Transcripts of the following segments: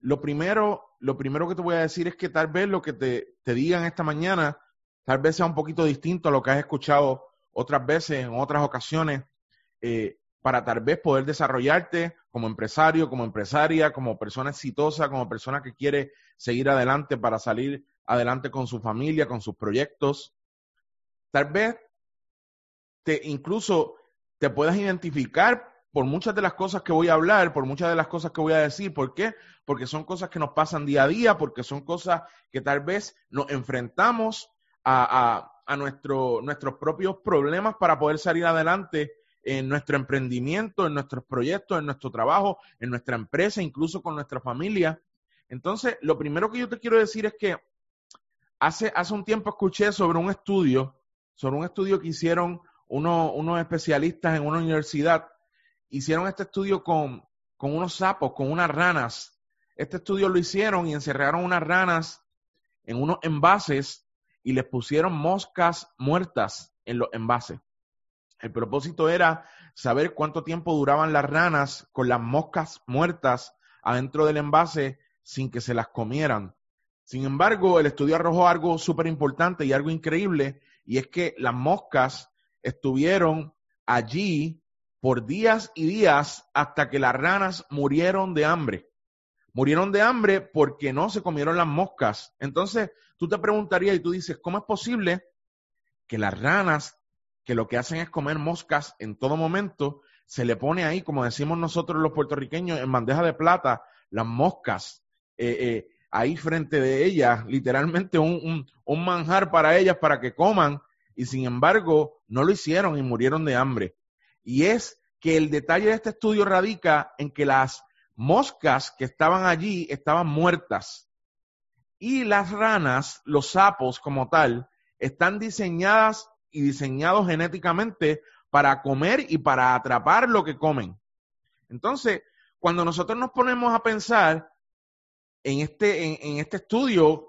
lo primero que te voy a decir es que tal vez lo que te digan esta mañana, tal vez sea un poquito distinto a lo que has escuchado otras veces, en otras ocasiones, para tal vez poder desarrollarte como empresario, como empresaria, como persona exitosa, como persona que quiere seguir adelante para salir adelante con su familia, con sus proyectos. Tal vez incluso te puedas identificar por muchas de las cosas que voy a hablar, por muchas de las cosas que voy a decir. ¿Por qué? Porque son cosas que nos pasan día a día, porque son cosas que tal vez nos enfrentamos a nuestros propios problemas para poder salir adelante en nuestro emprendimiento, en nuestros proyectos, en nuestro trabajo, en nuestra empresa, incluso con nuestra familia. Entonces, lo primero que yo te quiero decir es que hace un tiempo escuché sobre un estudio que hicieron unos especialistas en una universidad. Hicieron este estudio con unos sapos, con unas ranas. Este estudio lo hicieron y encerraron unas ranas en unos envases y les pusieron moscas muertas en los envases. El propósito era saber cuánto tiempo duraban las ranas con las moscas muertas adentro del envase sin que se las comieran. Sin embargo, el estudio arrojó algo súper importante y algo increíble, y es que las moscas estuvieron allí por días y días hasta que las ranas murieron de hambre. Murieron de hambre porque no se comieron las moscas. Entonces, tú te preguntarías y tú dices, ¿cómo es posible que las ranas, que lo que hacen es comer moscas en todo momento, se le pone ahí, como decimos nosotros los puertorriqueños, en bandeja de plata, las moscas, ahí frente de ellas, literalmente un manjar para ellas para que coman, y sin embargo no lo hicieron y murieron de hambre? Y es que el detalle de este estudio radica en que las moscas que estaban allí estaban muertas, y las ranas, los sapos como tal, están diseñadas y diseñados genéticamente para comer y para atrapar lo que comen. Entonces, cuando nosotros nos ponemos a pensar en este estudio,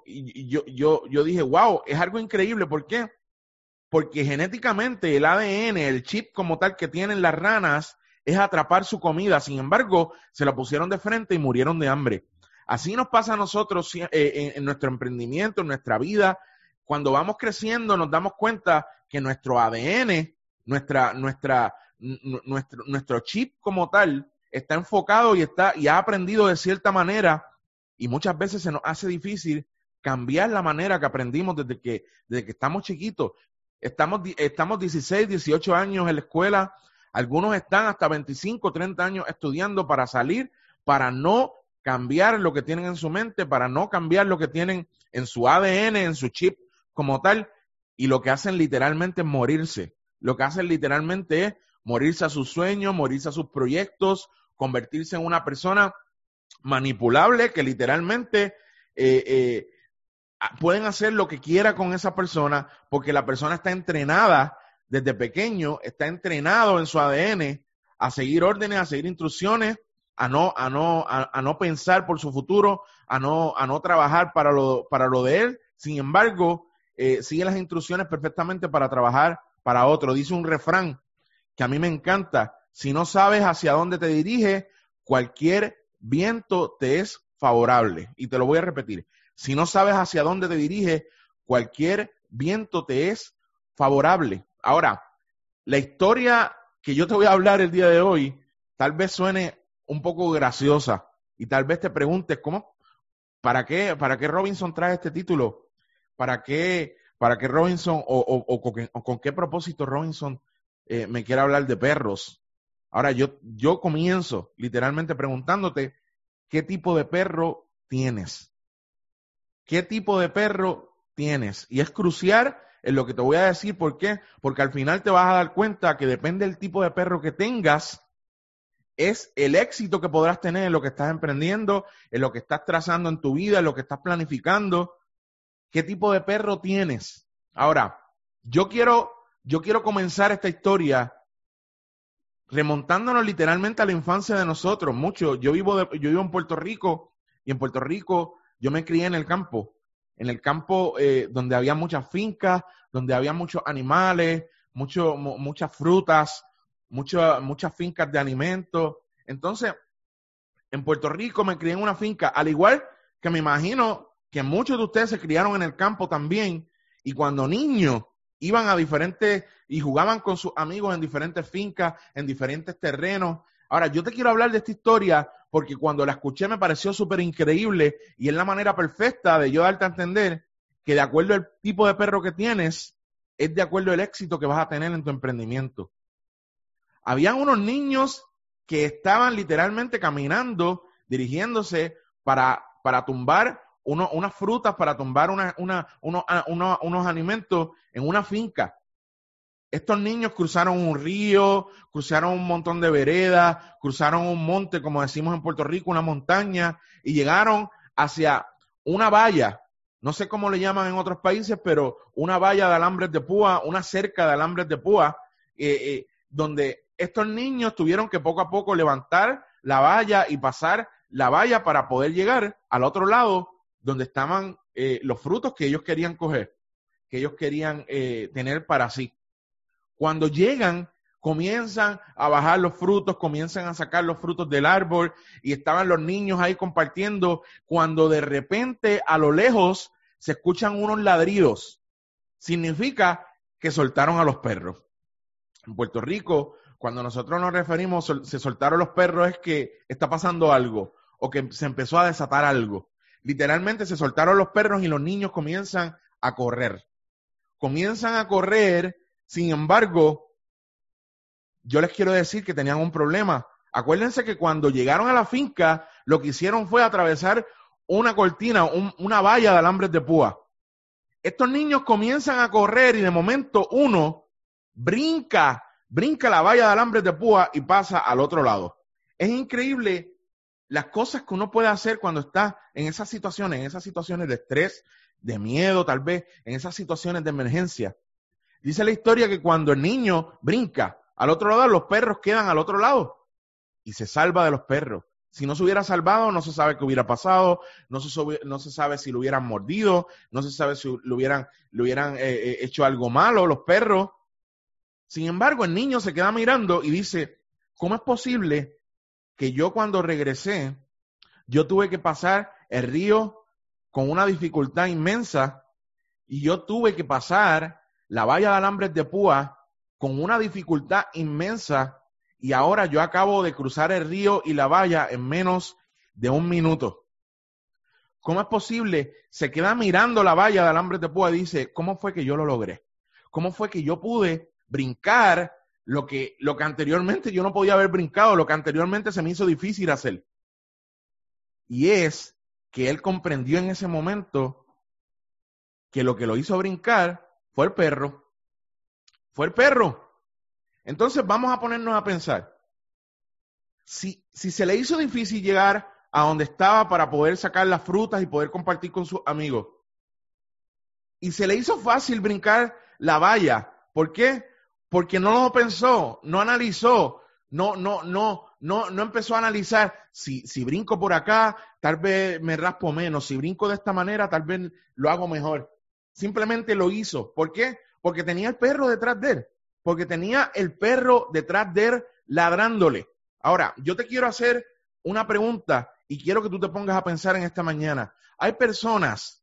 yo dije, wow, es algo increíble. ¿Por qué? Porque genéticamente el ADN, el chip como tal que tienen las ranas, es atrapar su comida. Sin embargo, se la pusieron de frente y murieron de hambre. Así nos pasa a nosotros en nuestro emprendimiento, en nuestra vida. Cuando vamos creciendo nos damos cuenta que nuestro ADN, nuestro chip como tal, está enfocado y ha aprendido de cierta manera, y muchas veces se nos hace difícil cambiar la manera que aprendimos desde que estamos chiquitos. Estamos 16, 18 años en la escuela, algunos están hasta 25, 30 años estudiando para salir, para no cambiar lo que tienen en su mente, para no cambiar lo que tienen en su ADN, en su chip como tal, y lo que hacen literalmente es morirse. Lo que hacen literalmente es morirse a sus sueños, morirse a sus proyectos, convertirse en una persona manipulable que literalmente pueden hacer lo que quiera con esa persona, porque la persona está entrenada desde pequeño, está entrenado en su ADN a seguir órdenes, a seguir instrucciones, a no pensar por su futuro, a no trabajar para lo de él. Sin embargo, sigue las instrucciones perfectamente para trabajar para otro. Dice un refrán que a mí me encanta: si no sabes hacia dónde te diriges, cualquier viento te es favorable. Y te lo voy a repetir: si no sabes hacia dónde te diriges, cualquier viento te es favorable. Ahora, la historia que yo te voy a hablar el día de hoy tal vez suene un poco graciosa y tal vez te preguntes, ¿cómo? ¿Para qué Robinson trae este título? ¿Para qué Robinson o con qué propósito Robinson me quiere hablar de perros? Ahora, yo comienzo literalmente preguntándote, ¿qué tipo de perro tienes? ¿Qué tipo de perro tienes? Y es crucial en lo que te voy a decir. ¿Por qué? Porque al final te vas a dar cuenta que depende del tipo de perro que tengas, es el éxito que podrás tener en lo que estás emprendiendo, en lo que estás trazando en tu vida, en lo que estás planificando. ¿Qué tipo de perro tienes? Ahora, yo quiero comenzar esta historia remontándonos literalmente a la infancia de nosotros. Yo vivo en Puerto Rico, y en Puerto Rico yo me crié en el campo donde había muchas fincas, donde había muchos animales, muchas frutas, muchas fincas de alimentos. Entonces, En Puerto Rico me crié en una finca, al igual que me imagino que muchos de ustedes se criaron en el campo también, y cuando niños iban a diferentes y jugaban con sus amigos en diferentes fincas, en diferentes terrenos. Ahora, yo te quiero hablar de esta historia porque cuando la escuché me pareció súper increíble y es la manera perfecta de yo darte a entender que de acuerdo al tipo de perro que tienes, es de acuerdo al éxito que vas a tener en tu emprendimiento. Habían unos niños que estaban literalmente caminando, dirigiéndose para tumbar unas frutas, para tumbar unos alimentos en una finca. Estos niños cruzaron un río, cruzaron un montón de veredas, cruzaron un monte, como decimos en Puerto Rico, una montaña, y llegaron hacia una valla, no sé cómo le llaman en otros países, pero una valla de alambres de púa, una cerca de alambres de púa, donde estos niños tuvieron que poco a poco levantar la valla y pasar la valla para poder llegar al otro lado donde estaban los frutos que ellos querían coger, que ellos querían tener para sí. Cuando llegan, comienzan a bajar los frutos, comienzan a sacar los frutos del árbol y estaban los niños ahí compartiendo, cuando de repente a lo lejos se escuchan unos ladridos. Significa que soltaron a los perros. En Puerto Rico, cuando nosotros nos referimos, se soltaron los perros, es que está pasando algo o que se empezó a desatar algo. Literalmente se soltaron los perros y los niños comienzan a correr. Comienzan a correr, sin embargo, yo les quiero decir que tenían un problema. Acuérdense que cuando llegaron a la finca, lo que hicieron fue atravesar una cortina, una valla de alambres de púa. Estos niños comienzan a correr y de momento uno brinca la valla de alambres de púa y pasa al otro lado. Es increíble las cosas que uno puede hacer cuando está en esas situaciones de estrés, de miedo tal vez, en esas situaciones de emergencia. Dice la historia que cuando el niño brinca al otro lado, los perros quedan al otro lado y se salva de los perros. Si no se hubiera salvado, no se sabe qué hubiera pasado, no se sabe si lo hubieran mordido, no se sabe si le hubieran hecho algo malo los perros. Sin embargo, el niño se queda mirando y dice, ¿cómo es posible que yo cuando regresé, yo tuve que pasar el río con una dificultad inmensa y yo tuve que pasar la valla de alambres de púa con una dificultad inmensa y ahora yo acabo de cruzar el río y la valla en menos de 1 minuto? ¿Cómo es posible? Se queda mirando la valla de alambres de púa y dice, ¿cómo fue que yo lo logré? ¿Cómo fue que yo pude brincar lo que anteriormente yo no podía haber brincado, lo que anteriormente se me hizo difícil hacer? Y es que él comprendió en ese momento que lo que lo hizo brincar fue el perro. Fue el perro. Entonces vamos a ponernos a pensar. Si se le hizo difícil llegar a donde estaba para poder sacar las frutas y poder compartir con sus amigos, y se le hizo fácil brincar la valla, ¿por qué? Porque no lo pensó, no analizó, no empezó a analizar si brinco por acá, tal vez me raspo menos, si brinco de esta manera, tal vez lo hago mejor. Simplemente lo hizo. ¿Por qué? Porque tenía el perro detrás de él, porque tenía el perro detrás de él ladrándole. Ahora, yo te quiero hacer una pregunta y quiero que tú te pongas a pensar en esta mañana. Hay personas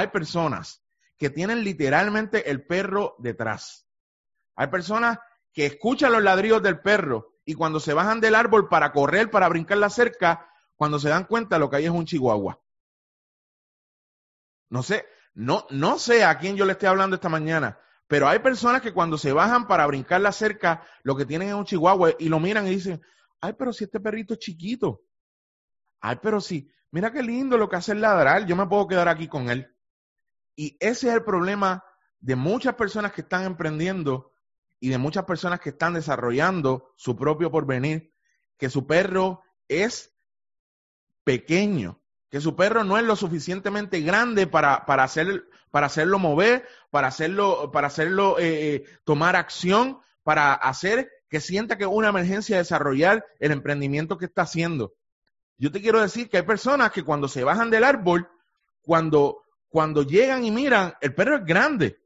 que tienen literalmente el perro detrás. Hay personas que escuchan los ladridos del perro y cuando se bajan del árbol para correr, para brincar la cerca, cuando se dan cuenta lo que hay es un chihuahua. No sé a quién yo le estoy hablando esta mañana, pero hay personas que cuando se bajan para brincar la cerca, lo que tienen es un chihuahua y lo miran y dicen, ay, pero si este perrito es chiquito. Ay, pero si, mira qué lindo lo que hace el ladrar, yo me puedo quedar aquí con él. Y ese es el problema de muchas personas que están emprendiendo y de muchas personas que están desarrollando su propio porvenir, que su perro es pequeño, que su perro no es lo suficientemente grande para hacerlo mover, para hacerlo tomar acción, para hacer que sienta que es una emergencia desarrollar el emprendimiento que está haciendo. Yo te quiero decir que hay personas que cuando se bajan del árbol, cuando llegan y miran, el perro es grande,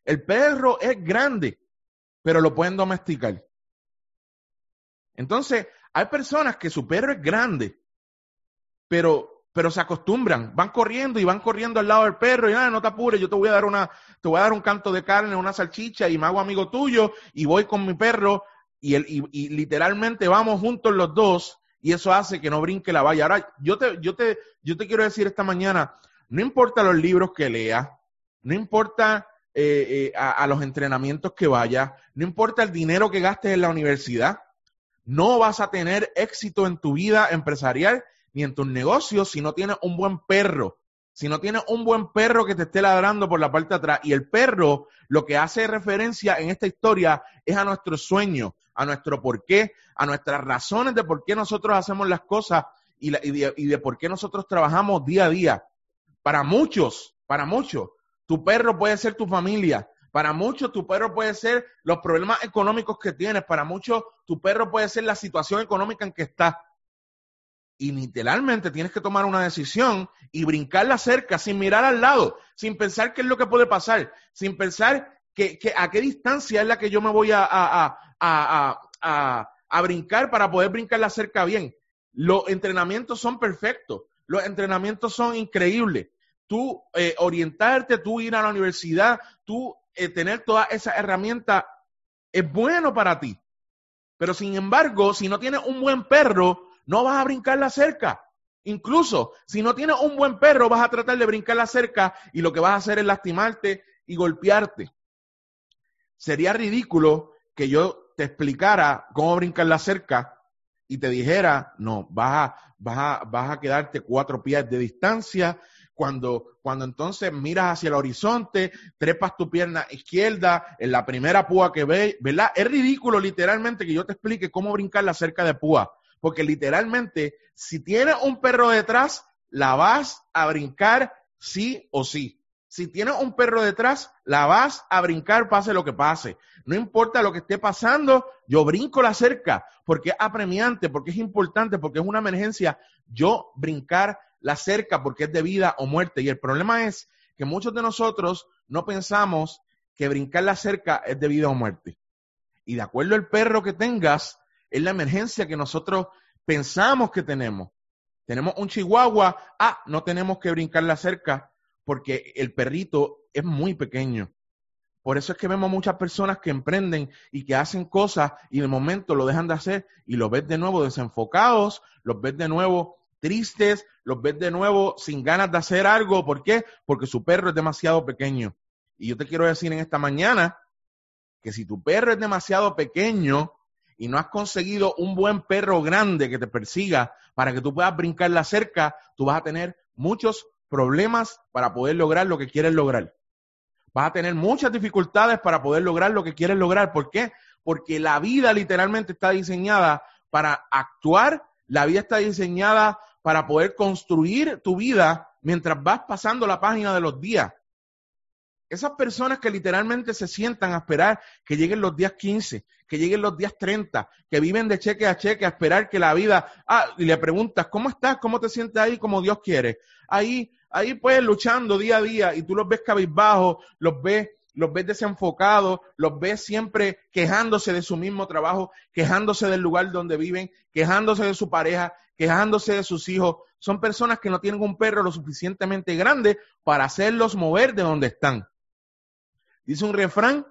pero lo pueden domesticar. Entonces, hay personas que su perro es grande, pero se acostumbran, van corriendo al lado del perro y no te apures, yo te voy a dar un canto de carne, una salchicha y me hago amigo tuyo y voy con mi perro y literalmente vamos juntos los dos y eso hace que no brinque la valla. Ahora, yo te quiero decir esta mañana, no importa los libros que leas, no importa a los entrenamientos que vayas, no importa el dinero que gastes en la universidad, no vas a tener éxito en tu vida empresarial ni en tus negocios si no tienes un buen perro. Si no tienes un buen perro que te esté ladrando por la parte de atrás. Y el perro lo que hace referencia en esta historia es a nuestro sueño, a nuestro porqué, a nuestras razones de por qué nosotros hacemos las cosas y de por qué nosotros trabajamos día a día. Para muchos, tu perro puede ser tu familia. Para muchos, tu perro puede ser los problemas económicos que tienes. Para muchos, tu perro puede ser la situación económica en que estás. Y literalmente tienes que tomar una decisión y brincar la cerca sin mirar al lado, sin pensar qué es lo que puede pasar, sin pensar a qué distancia es la que yo me voy a brincar para poder brincar la cerca bien. Los entrenamientos son perfectos, los entrenamientos son increíbles. Tú orientarte, tú ir a la universidad, tú tener todas esas herramientas es bueno para ti. Pero sin embargo, si no tienes un buen perro, no vas a brincar la cerca. Incluso, si no tienes un buen perro, vas a tratar de brincar la cerca y lo que vas a hacer es lastimarte y golpearte. Sería ridículo que yo te explicara cómo brincar la cerca y te dijera, no, vas a quedarte 4 pies de distancia. Cuando entonces miras hacia el horizonte, trepas tu pierna izquierda en la primera púa que ves, ¿verdad? Es ridículo literalmente que yo te explique cómo brincar la cerca de púa. Porque literalmente, si tienes un perro detrás, la vas a brincar sí o sí. Si tienes un perro detrás, la vas a brincar pase lo que pase. No importa lo que esté pasando, yo brinco la cerca porque es apremiante, porque es importante, porque es una emergencia. Yo brincar la cerca porque es de vida o muerte. Y el problema es que muchos de nosotros no pensamos que brincar la cerca es de vida o muerte. Y de acuerdo al perro que tengas, es la emergencia que nosotros pensamos que tenemos. Tenemos un chihuahua, no tenemos que brincar la cerca porque el perrito es muy pequeño. Por eso es que vemos muchas personas que emprenden y que hacen cosas y de momento lo dejan de hacer y los ves de nuevo desenfocados, los ves de nuevo tristes, los ves de nuevo sin ganas de hacer algo. ¿Por qué? Porque su perro es demasiado pequeño. Y yo te quiero decir en esta mañana que si tu perro es demasiado pequeño y no has conseguido un buen perro grande que te persiga para que tú puedas brincar la cerca, tú vas a tener muchos problemas para poder lograr lo que quieres lograr. Vas a tener muchas dificultades para poder lograr lo que quieres lograr. ¿Por qué? Porque la vida literalmente está diseñada para actuar, la vida está diseñada para poder construir tu vida mientras vas pasando la página de los días. Esas personas que literalmente se sientan a esperar que lleguen los días 15, que lleguen los días 30, que viven de cheque a cheque a esperar que la vida, y le preguntas, ¿cómo estás? ¿Cómo te sientes ahí? Como Dios quiere. Ahí pues luchando día a día y tú los ves cabizbajos, los ves desenfocados, los ves siempre quejándose de su mismo trabajo, quejándose del lugar donde viven, quejándose de su pareja, quejándose de sus hijos. Son personas que no tienen un perro lo suficientemente grande para hacerlos mover de donde están. Dice un refrán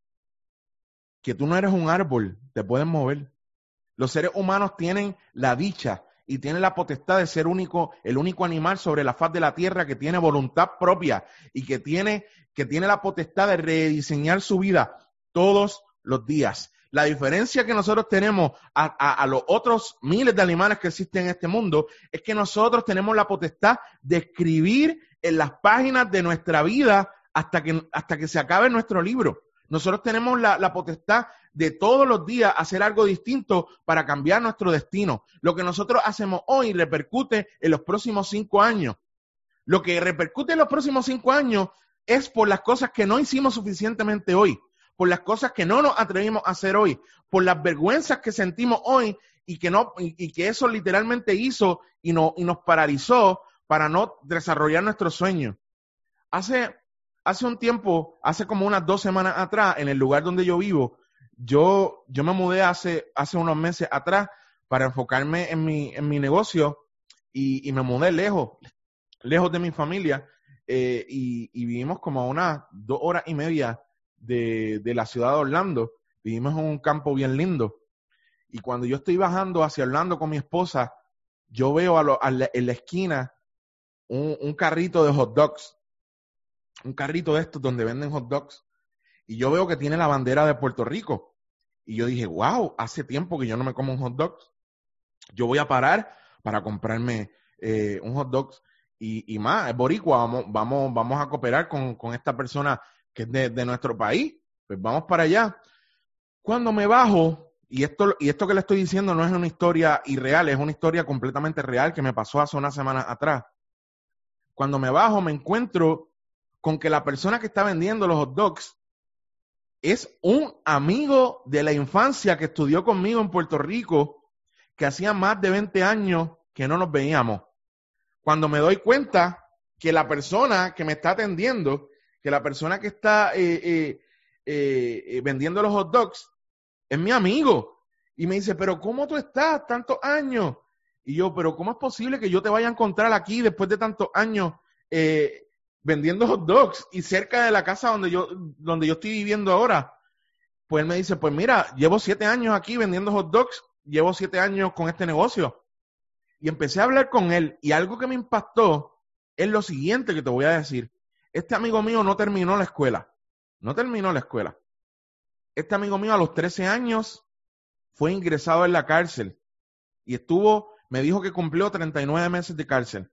que tú no eres un árbol, te puedes mover. Los seres humanos tienen la dicha y tienen la potestad de ser el único animal sobre la faz de la tierra que tiene voluntad propia y que tiene la potestad de rediseñar su vida todos los días. La diferencia que nosotros tenemos a los otros miles de animales que existen en este mundo es que nosotros tenemos la potestad de escribir en las páginas de nuestra vida hasta que se acabe nuestro libro. Nosotros tenemos la potestad de todos los días hacer algo distinto para cambiar nuestro destino. Lo que nosotros hacemos hoy repercute en los próximos 5 años. Lo que repercute en los próximos 5 años es por las cosas que no hicimos suficientemente hoy, por las cosas que no nos atrevimos a hacer hoy, por las vergüenzas que sentimos hoy y que eso literalmente hizo y nos paralizó para no desarrollar nuestros sueños. Hace un tiempo, hace como unas 2 semanas atrás, en el lugar donde yo vivo, yo me mudé hace unos meses atrás para enfocarme en mi negocio y me mudé lejos de mi familia, y vivimos como a unas 2 horas y media de la ciudad de Orlando. Vivimos en un campo bien lindo. Y cuando yo estoy bajando hacia Orlando con mi esposa, yo veo en la esquina un carrito de hot dogs, un carrito de estos donde venden hot dogs, y yo veo que tiene la bandera de Puerto Rico. Y yo dije, wow, hace tiempo que yo no me como un hot dog. Yo voy a parar para comprarme un hot dog y más, es boricua, vamos a cooperar con esta persona que es de nuestro país. Pues vamos para allá. Cuando me bajo, y esto que le estoy diciendo no es una historia irreal, es una historia completamente real que me pasó hace unas semanas atrás. Cuando me bajo me encuentro con que la persona que está vendiendo los hot dogs es un amigo de la infancia que estudió conmigo en Puerto Rico, que hacía más de 20 años que no nos veíamos. Cuando me doy cuenta que la persona que me está atendiendo, que la persona que está vendiendo los hot dogs, es mi amigo. Y me dice, pero ¿cómo tú estás tantos años? Y yo, pero ¿cómo es posible que yo te vaya a encontrar aquí después de tantos años vendiendo hot dogs y cerca de la casa donde yo estoy viviendo ahora? Pues él me dice, pues mira, llevo 7 años aquí vendiendo hot dogs, llevo 7 años con este negocio. Y empecé a hablar con él y algo que me impactó es lo siguiente que te voy a decir. Este amigo mío no terminó la escuela. No terminó la escuela. Este amigo mío a los 13 años fue ingresado en la cárcel y me dijo que cumplió 39 meses de cárcel.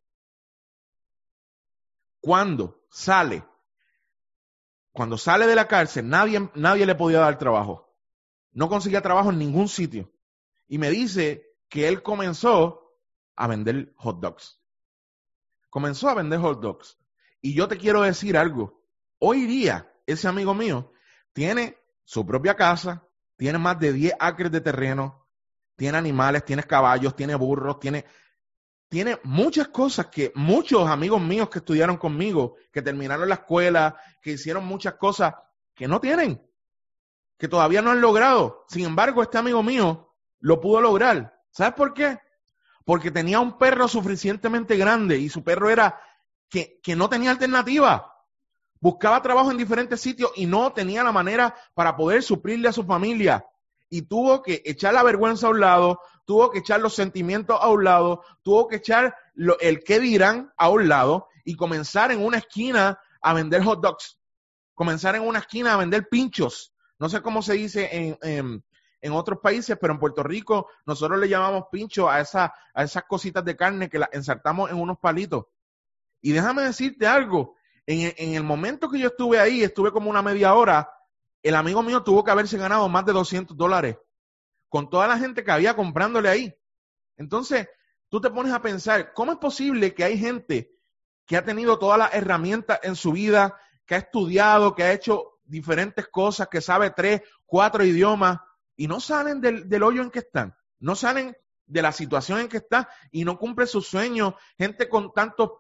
Cuando sale de la cárcel, nadie le podía dar trabajo. No conseguía trabajo en ningún sitio. Y me dice que él comenzó a vender hot dogs. Comenzó a vender hot dogs. Y yo te quiero decir algo. Hoy día, ese amigo mío tiene su propia casa, tiene más de 10 acres de terreno, tiene animales, tiene caballos, tiene burros, tiene muchas cosas que muchos amigos míos que estudiaron conmigo, que terminaron la escuela, que hicieron muchas cosas que no tienen, que todavía no han logrado. Sin embargo, este amigo mío lo pudo lograr. ¿Sabes por qué? Porque tenía un perro suficientemente grande y su perro era que no tenía alternativa. Buscaba trabajo en diferentes sitios y no tenía la manera para poder suplirle a su familia. Y tuvo que echar la vergüenza a un lado, tuvo que echar los sentimientos a un lado, tuvo que echar el qué dirán a un lado y comenzar en una esquina a vender hot dogs. Comenzar en una esquina a vender pinchos. No sé cómo se dice en otros países, pero en Puerto Rico nosotros le llamamos pincho a esas cositas de carne que las ensartamos en unos palitos. Y déjame decirte algo, en el momento que yo estuve ahí, estuve como una media hora, el amigo mío tuvo que haberse ganado más de $200 con toda la gente que había comprándole ahí. Entonces, tú te pones a pensar, ¿cómo es posible que hay gente que ha tenido todas las herramientas en su vida, que ha estudiado, que ha hecho diferentes cosas, que sabe 3, 4 idiomas y no salen del hoyo en que están? No salen de la situación en que está y no cumple sus sueños, gente con tantas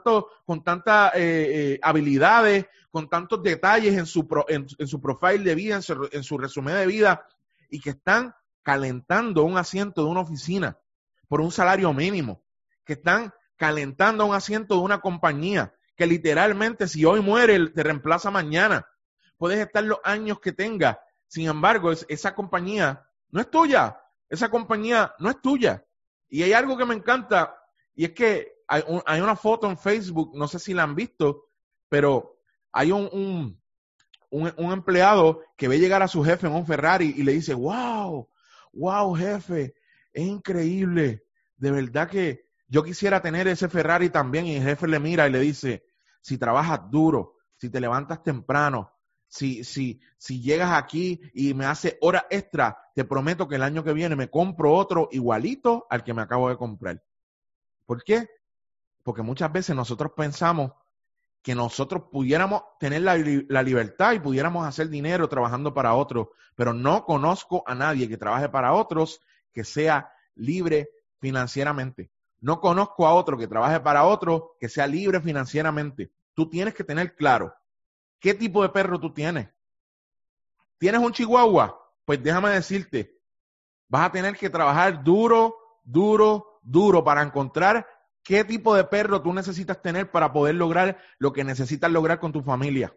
habilidades, con tantos detalles en su profile de vida, en su resumen de vida, y que están calentando un asiento de una oficina por un salario mínimo, que están calentando un asiento de una compañía, que literalmente si hoy muere, te reemplaza mañana. Puedes estar los años que tengas, sin embargo, esa compañía no es tuya. Esa compañía no es tuya. Y hay algo que me encanta, y es que hay una foto en Facebook, no sé si la han visto, pero hay un empleado que ve llegar a su jefe en un Ferrari y le dice, wow, jefe, es increíble. De verdad que yo quisiera tener ese Ferrari también. Y el jefe le mira y le dice, si trabajas duro, si te levantas temprano, si llegas aquí y me haces horas extra, te prometo que el año que viene me compro otro igualito al que me acabo de comprar. ¿Por qué? Porque muchas veces nosotros pensamos que nosotros pudiéramos tener la libertad y pudiéramos hacer dinero trabajando para otros, pero no conozco a nadie que trabaje para otros que sea libre financieramente. No conozco a otro que trabaje para otro que sea libre financieramente. Tú tienes que tener claro qué tipo de perro tú tienes. ¿Tienes un chihuahua? Pues déjame decirte, vas a tener que trabajar duro para encontrar ¿Qué tipo de perro tú necesitas tener para poder lograr lo que necesitas lograr con tu familia?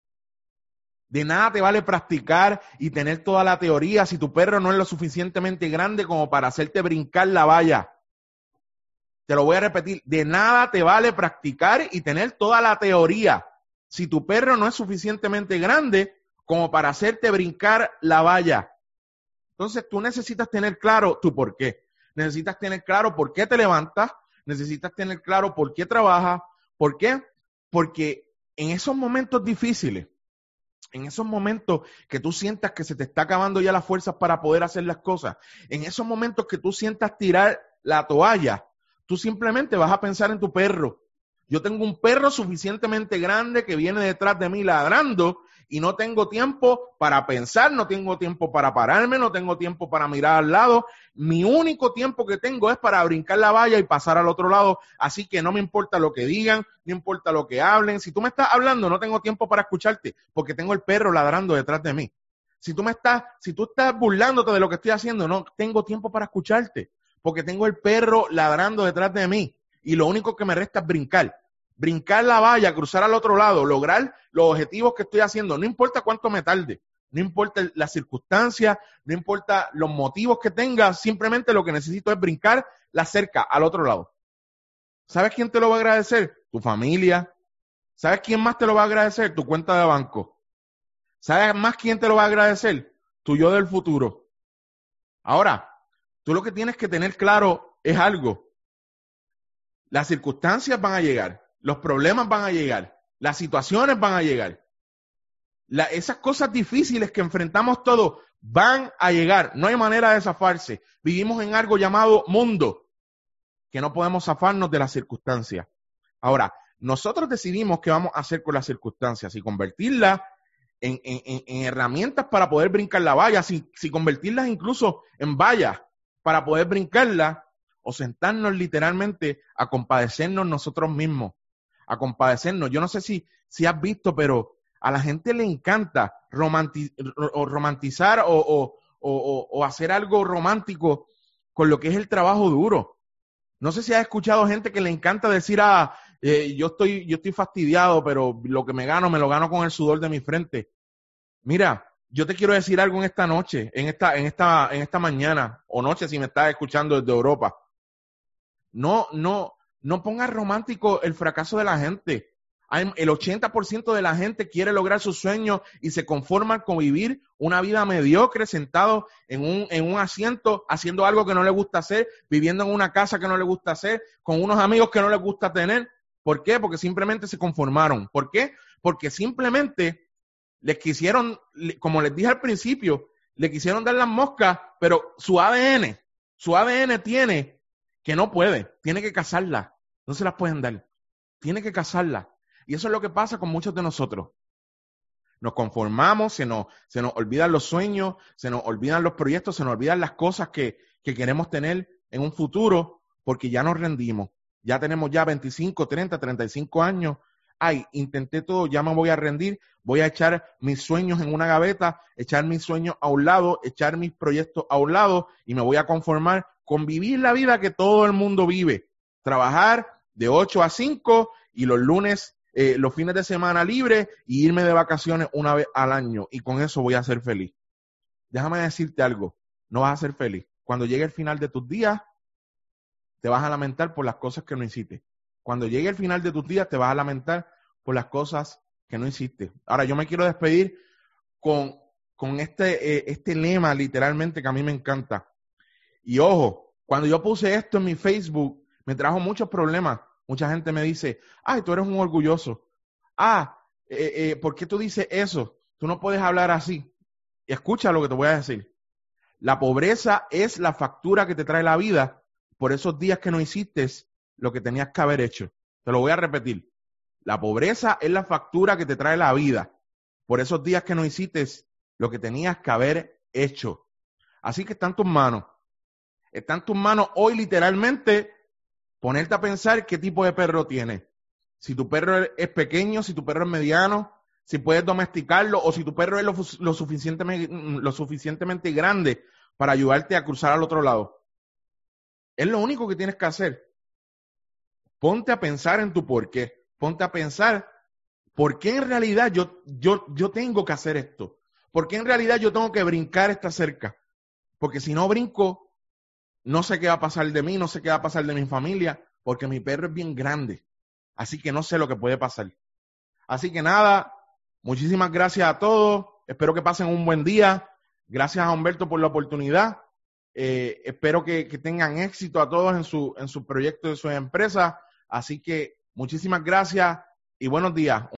De nada te vale practicar y tener toda la teoría si tu perro no es lo suficientemente grande como para hacerte brincar la valla. Te lo voy a repetir, de nada te vale practicar y tener toda la teoría si tu perro no es suficientemente grande como para hacerte brincar la valla. Entonces tú necesitas tener claro tu por qué. Necesitas tener claro por qué te levantas, necesitas tener claro por qué trabajas. ¿Por qué? Porque en esos momentos difíciles, en esos momentos que tú sientas que se te está acabando ya las fuerzas para poder hacer las cosas, en esos momentos que tú sientas tirar la toalla, tú simplemente vas a pensar en tu perro. Yo tengo un perro suficientemente grande que viene detrás de mí ladrando y no tengo tiempo para pensar, no tengo tiempo para pararme, no tengo tiempo para mirar al lado. Mi único tiempo que tengo es para brincar la valla y pasar al otro lado. Así que no me importa lo que digan, no importa lo que hablen. Si tú me estás hablando, no tengo tiempo para escucharte porque tengo el perro ladrando detrás de mí. Si tú estás burlándote de lo que estoy haciendo, no tengo tiempo para escucharte porque tengo el perro ladrando detrás de mí. Y lo único que me resta es brincar la valla, cruzar al otro lado, lograr los objetivos que estoy haciendo, no importa cuánto me tarde, no importa las circunstancias, no importa los motivos que tenga, simplemente lo que necesito es brincar la cerca al otro lado. ¿Sabes quién te lo va a agradecer? Tu familia. ¿Sabes quién más te lo va a agradecer? Tu cuenta de banco. ¿Sabes más quién te lo va a agradecer? Tu yo del futuro. Ahora, tú lo que tienes que tener claro es algo. Las circunstancias van a llegar, los problemas van a llegar, las situaciones van a llegar. Esas cosas difíciles que enfrentamos todos van a llegar. No hay manera de zafarse. Vivimos en algo llamado mundo, que no podemos zafarnos de las circunstancias. Ahora, nosotros decidimos qué vamos a hacer con las circunstancias, si convertirlas en herramientas para poder brincar la valla, si convertirlas incluso en vallas para poder brincarla, o sentarnos literalmente a compadecernos nosotros mismos, a compadecernos. Yo no sé si has visto, pero a la gente le encanta romantizar o hacer algo romántico con lo que es el trabajo duro. No sé si has escuchado gente que le encanta decir, yo estoy fastidiado, pero lo que me lo gano con el sudor de mi frente. Mira, yo te quiero decir algo en esta noche, en esta mañana o noche si me estás escuchando desde Europa. No pongas romántico el fracaso de la gente. El 80% de la gente quiere lograr sus sueños y se conforman con vivir una vida mediocre, sentado en un asiento, haciendo algo que no le gusta hacer, viviendo en una casa que no le gusta hacer, con unos amigos que no les gusta tener. ¿Por qué? Porque simplemente se conformaron. ¿Por qué? Porque simplemente les quisieron, como les dije al principio, le quisieron dar las moscas, pero su ADN tiene que no puede, tiene que cazarla, no se las pueden dar, tiene que cazarla. Y eso es lo que pasa con muchos de nosotros. Nos conformamos, se nos olvidan los sueños, se nos olvidan los proyectos, se nos olvidan las cosas que queremos tener en un futuro, porque ya nos rendimos. Ya tenemos 25, 30, 35 años. Ay, intenté todo, ya me voy a rendir, voy a echar mis sueños en una gaveta, echar mis sueños a un lado, echar mis proyectos a un lado y me voy a conformar con vivir la vida que todo el mundo vive. Trabajar de 8 a 5 y los lunes, los fines de semana libres y irme de vacaciones una vez al año. Y con eso voy a ser feliz. Déjame decirte algo, no vas a ser feliz. Cuando llegue el final de tus días, te vas a lamentar por las cosas que no hiciste. Cuando llegue el final de tus días, te vas a lamentar por las cosas que no hiciste. Ahora, yo me quiero despedir con este lema literalmente que a mí me encanta. Y ojo, cuando yo puse esto en mi Facebook, me trajo muchos problemas. Mucha gente me dice, ay, tú eres un orgulloso. ¿Por qué tú dices eso? Tú no puedes hablar así. Y escucha lo que te voy a decir. La pobreza es la factura que te trae la vida por esos días que no hiciste lo que tenías que haber hecho. Te lo voy a repetir. La pobreza es la factura que te trae la vida por esos días que no hiciste lo que tenías que haber hecho. Así que está en tus manos. Está en tus manos hoy literalmente ponerte a pensar qué tipo de perro tienes. Si tu perro es pequeño, si tu perro es mediano, si puedes domesticarlo o si tu perro es lo suficientemente grande para ayudarte a cruzar al otro lado. Es lo único que tienes que hacer. ponte a pensar en tu por qué. Ponte a pensar por qué en realidad yo tengo que hacer esto. ¿Por qué en realidad yo tengo que brincar esta cerca? Porque si no brinco, no sé qué va a pasar de mí, no sé qué va a pasar de mi familia, porque mi perro es bien grande. Así que no sé lo que puede pasar. Así que nada, muchísimas gracias a todos. Espero que pasen un buen día. Gracias a Humberto por la oportunidad. Espero que tengan éxito a todos en su proyecto, en sus empresas. Así que muchísimas gracias y buenos días.